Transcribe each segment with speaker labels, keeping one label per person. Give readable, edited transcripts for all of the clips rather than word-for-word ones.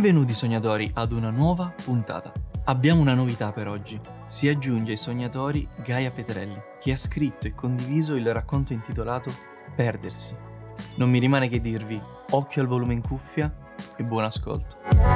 Speaker 1: Benvenuti sognatori ad una nuova puntata. Abbiamo una novità per oggi. Si aggiunge ai sognatori Gaia Petrelli, che ha scritto e condiviso il racconto intitolato Perdersi. Non mi rimane che dirvi occhio al volume in cuffia e buon ascolto.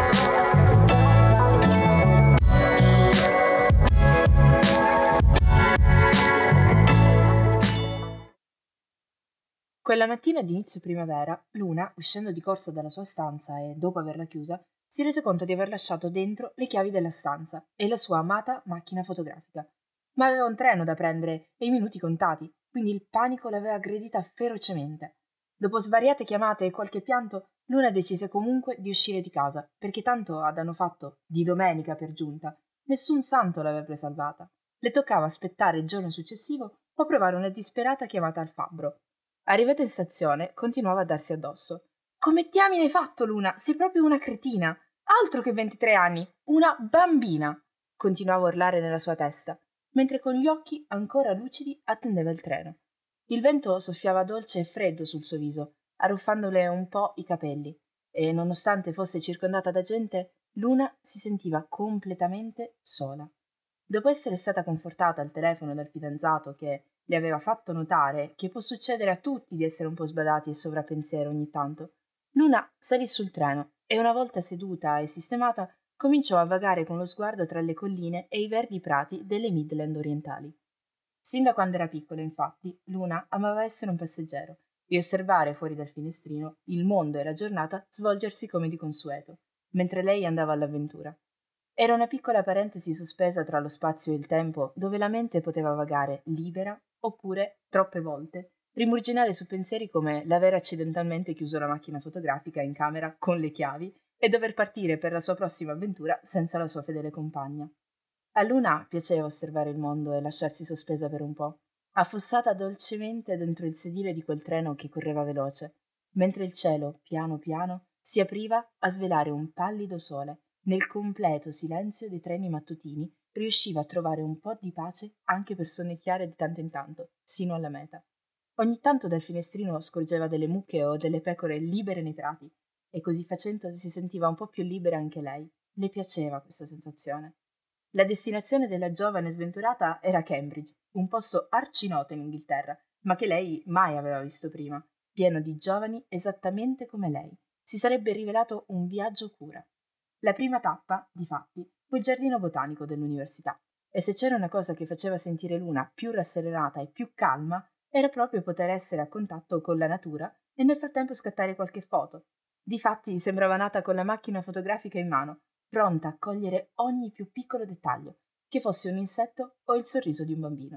Speaker 2: Quella mattina di inizio primavera, Luna, uscendo di corsa dalla sua stanza e, dopo averla chiusa, si rese conto di aver lasciato dentro le chiavi della stanza e la sua amata macchina fotografica. Ma aveva un treno da prendere e i minuti contati, quindi il panico l'aveva aggredita ferocemente. Dopo svariate chiamate e qualche pianto, Luna decise comunque di uscire di casa, perché tanto hanno fatto, di domenica per giunta, nessun santo l'avrebbe salvata. Le toccava aspettare il giorno successivo o provare una disperata chiamata al fabbro. Arrivata in stazione, continuava a darsi addosso. Come diamine hai fatto, Luna? Sei proprio una cretina! Altro che 23 anni! Una bambina! Continuava a urlare nella sua testa, mentre con gli occhi ancora lucidi attendeva il treno. Il vento soffiava dolce e freddo sul suo viso, arruffandole un po' i capelli, e nonostante fosse circondata da gente, Luna si sentiva completamente sola. Dopo essere stata confortata al telefono dal fidanzato che le aveva fatto notare che può succedere a tutti di essere un po' sbadati e sovrappensiero ogni tanto, Luna salì sul treno e una volta seduta e sistemata cominciò a vagare con lo sguardo tra le colline e i verdi prati delle Midland orientali. Sin da quando era piccola, infatti, Luna amava essere un passeggero e osservare fuori dal finestrino il mondo e la giornata svolgersi come di consueto, mentre lei andava all'avventura. Era una piccola parentesi sospesa tra lo spazio e il tempo dove la mente poteva vagare libera oppure, troppe volte, rimurginare su pensieri come l'aver accidentalmente chiuso la macchina fotografica in camera con le chiavi e dover partire per la sua prossima avventura senza la sua fedele compagna. A Luna piaceva osservare il mondo e lasciarsi sospesa per un po', affossata dolcemente dentro il sedile di quel treno che correva veloce, mentre il cielo, piano piano, si apriva a svelare un pallido sole. Nel completo silenzio dei treni mattutini riusciva a trovare un po' di pace anche per sonnecchiare di tanto in tanto, sino alla meta. Ogni tanto dal finestrino scorgeva delle mucche o delle pecore libere nei prati, e così facendo si sentiva un po' più libera anche lei. Le piaceva questa sensazione. La destinazione della giovane sventurata era Cambridge, un posto arcinoto in Inghilterra, ma che lei mai aveva visto prima, pieno di giovani esattamente come lei. Si sarebbe rivelato un viaggio cura. La prima tappa, difatti, fu il giardino botanico dell'università, e se c'era una cosa che faceva sentire Luna più rasserenata e più calma, era proprio poter essere a contatto con la natura e nel frattempo scattare qualche foto. Difatti sembrava nata con la macchina fotografica in mano, pronta a cogliere ogni più piccolo dettaglio, che fosse un insetto o il sorriso di un bambino.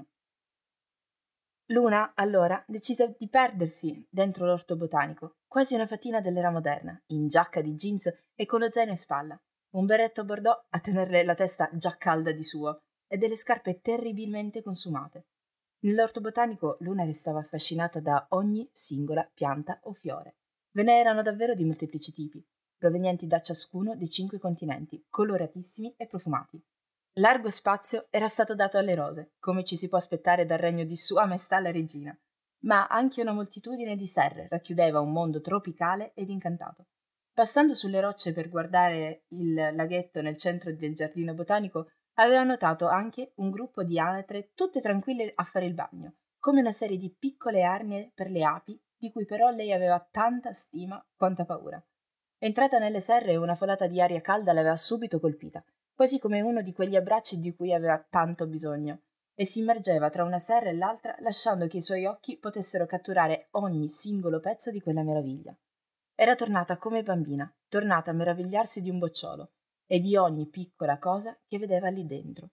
Speaker 2: Luna, allora, decise di perdersi dentro l'orto botanico, quasi una fatina dell'era moderna, in giacca di jeans e con lo zaino in spalla, un berretto bordeaux a tenerle la testa già calda di suo e delle scarpe terribilmente consumate. Nell'orto botanico Luna restava affascinata da ogni singola pianta o fiore. Ve ne erano davvero di molteplici tipi, provenienti da ciascuno dei 5 continenti, coloratissimi e profumati. Largo spazio era stato dato alle rose, come ci si può aspettare dal regno di Sua Maestà la Regina, ma anche una moltitudine di serre racchiudeva un mondo tropicale ed incantato. Passando sulle rocce per guardare il laghetto nel centro del giardino botanico, aveva notato anche un gruppo di anatre tutte tranquille a fare il bagno, come una serie di piccole arnie per le api, di cui però lei aveva tanta stima quanta paura. Entrata nelle serre, una folata di aria calda l'aveva subito colpita, quasi come uno di quegli abbracci di cui aveva tanto bisogno, e si immergeva tra una serra e l'altra lasciando che i suoi occhi potessero catturare ogni singolo pezzo di quella meraviglia. Era tornata come bambina, tornata a meravigliarsi di un bocciolo e di ogni piccola cosa che vedeva lì dentro.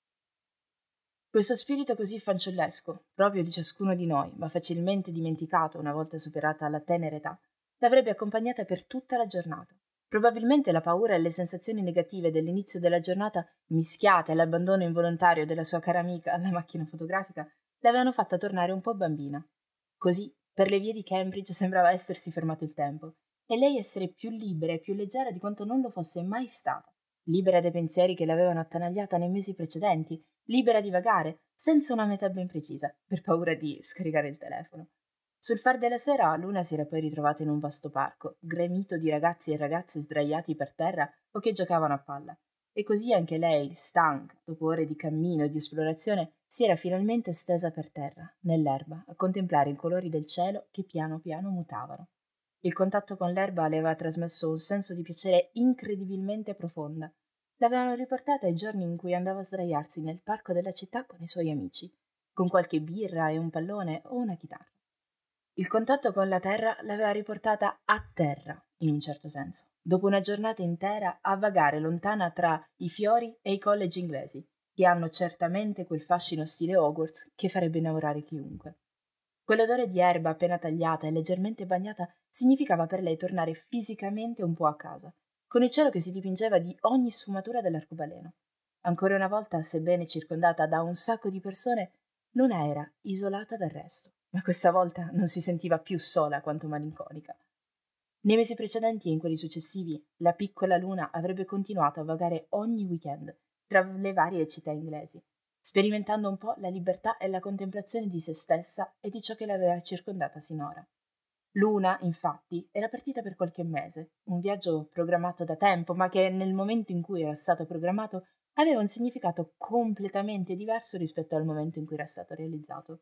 Speaker 2: Questo spirito così fanciullesco, proprio di ciascuno di noi, ma facilmente dimenticato una volta superata la tenera età, l'avrebbe accompagnata per tutta la giornata. Probabilmente la paura e le sensazioni negative dell'inizio della giornata, mischiate all'abbandono involontario della sua cara amica alla macchina fotografica, l'avevano fatta tornare un po' bambina. Così, per le vie di Cambridge sembrava essersi fermato il tempo, e lei essere più libera e più leggera di quanto non lo fosse mai stata, libera dai pensieri che l'avevano attanagliata nei mesi precedenti, libera di vagare, senza una meta ben precisa, per paura di scaricare il telefono. Sul far della sera, Luna si era poi ritrovata in un vasto parco, gremito di ragazzi e ragazze sdraiati per terra o che giocavano a palla. E così anche lei, stanca, dopo ore di cammino e di esplorazione, si era finalmente stesa per terra, nell'erba, a contemplare i colori del cielo che piano piano mutavano. Il contatto con l'erba le aveva trasmesso un senso di piacere incredibilmente profonda. L'avevano riportata ai giorni in cui andava a sdraiarsi nel parco della città con i suoi amici, con qualche birra e un pallone o una chitarra. Il contatto con la terra l'aveva riportata a terra, in un certo senso, dopo una giornata intera a vagare lontana tra i fiori e i college inglesi, che hanno certamente quel fascino stile Hogwarts che farebbe innamorare chiunque. Quell'odore di erba appena tagliata e leggermente bagnata significava per lei tornare fisicamente un po' a casa, con il cielo che si dipingeva di ogni sfumatura dell'arcobaleno. Ancora una volta, sebbene circondata da un sacco di persone, Luna era isolata dal resto, ma questa volta non si sentiva più sola quanto malinconica. Nei mesi precedenti e in quelli successivi, la piccola Luna avrebbe continuato a vagare ogni weekend tra le varie città inglesi, sperimentando un po' la libertà e la contemplazione di se stessa e di ciò che l'aveva circondata sinora. Luna, infatti, era partita per qualche mese, un viaggio programmato da tempo, ma che nel momento in cui era stato programmato aveva un significato completamente diverso rispetto al momento in cui era stato realizzato.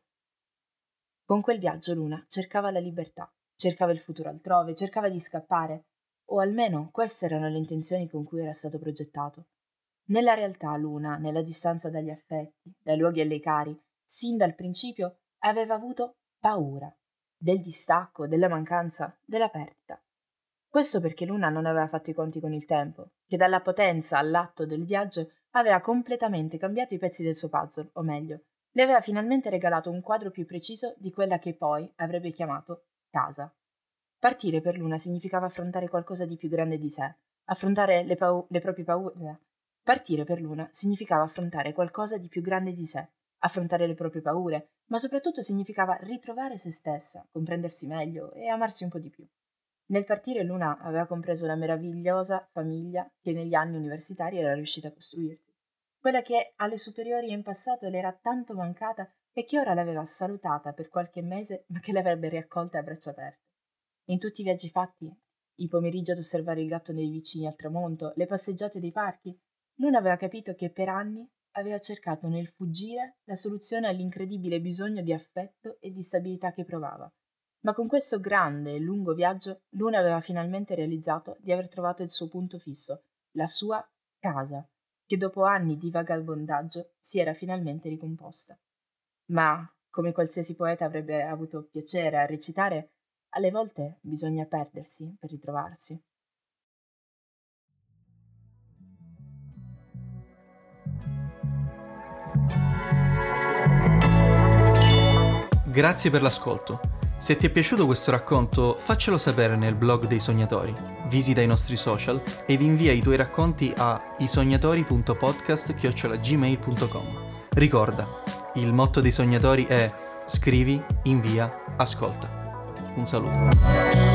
Speaker 2: Con quel viaggio Luna cercava la libertà, cercava il futuro altrove, cercava di scappare, o almeno queste erano le intenzioni con cui era stato progettato. Nella realtà Luna, nella distanza dagli affetti, dai luoghi alle cari, sin dal principio aveva avuto paura del distacco, della mancanza, della perdita. Questo perché Luna non aveva fatto i conti con il tempo, che dalla potenza all'atto del viaggio aveva completamente cambiato i pezzi del suo puzzle, o meglio, le aveva finalmente regalato un quadro più preciso di quella che poi avrebbe chiamato casa. Partire per Luna significava affrontare qualcosa di più grande di sé, affrontare le proprie paure. Partire per Luna significava affrontare qualcosa di più grande di sé, affrontare le proprie paure, ma soprattutto significava ritrovare se stessa, comprendersi meglio e amarsi un po' di più. Nel partire Luna aveva compreso la meravigliosa famiglia che negli anni universitari era riuscita a costruirsi, quella che alle superiori e in passato le era tanto mancata e che ora l'aveva salutata per qualche mese ma che l'avrebbe riaccolta a braccia aperte. In tutti i viaggi fatti, i pomeriggi ad osservare il gatto dei vicini al tramonto, le passeggiate dei parchi, Luna aveva capito che per anni aveva cercato nel fuggire la soluzione all'incredibile bisogno di affetto e di stabilità che provava. Ma con questo grande e lungo viaggio, Luna aveva finalmente realizzato di aver trovato il suo punto fisso, la sua casa, che dopo anni di vagabondaggio si era finalmente ricomposta. Ma, come qualsiasi poeta avrebbe avuto piacere a recitare, alle volte bisogna perdersi per ritrovarsi.
Speaker 1: Grazie per l'ascolto. Se ti è piaciuto questo racconto, faccelo sapere nel blog dei Sognatori. Visita i nostri social ed invia i tuoi racconti a isognatori.podcast@gmail.com. Ricorda, il motto dei Sognatori è: scrivi, invia, ascolta. Un saluto.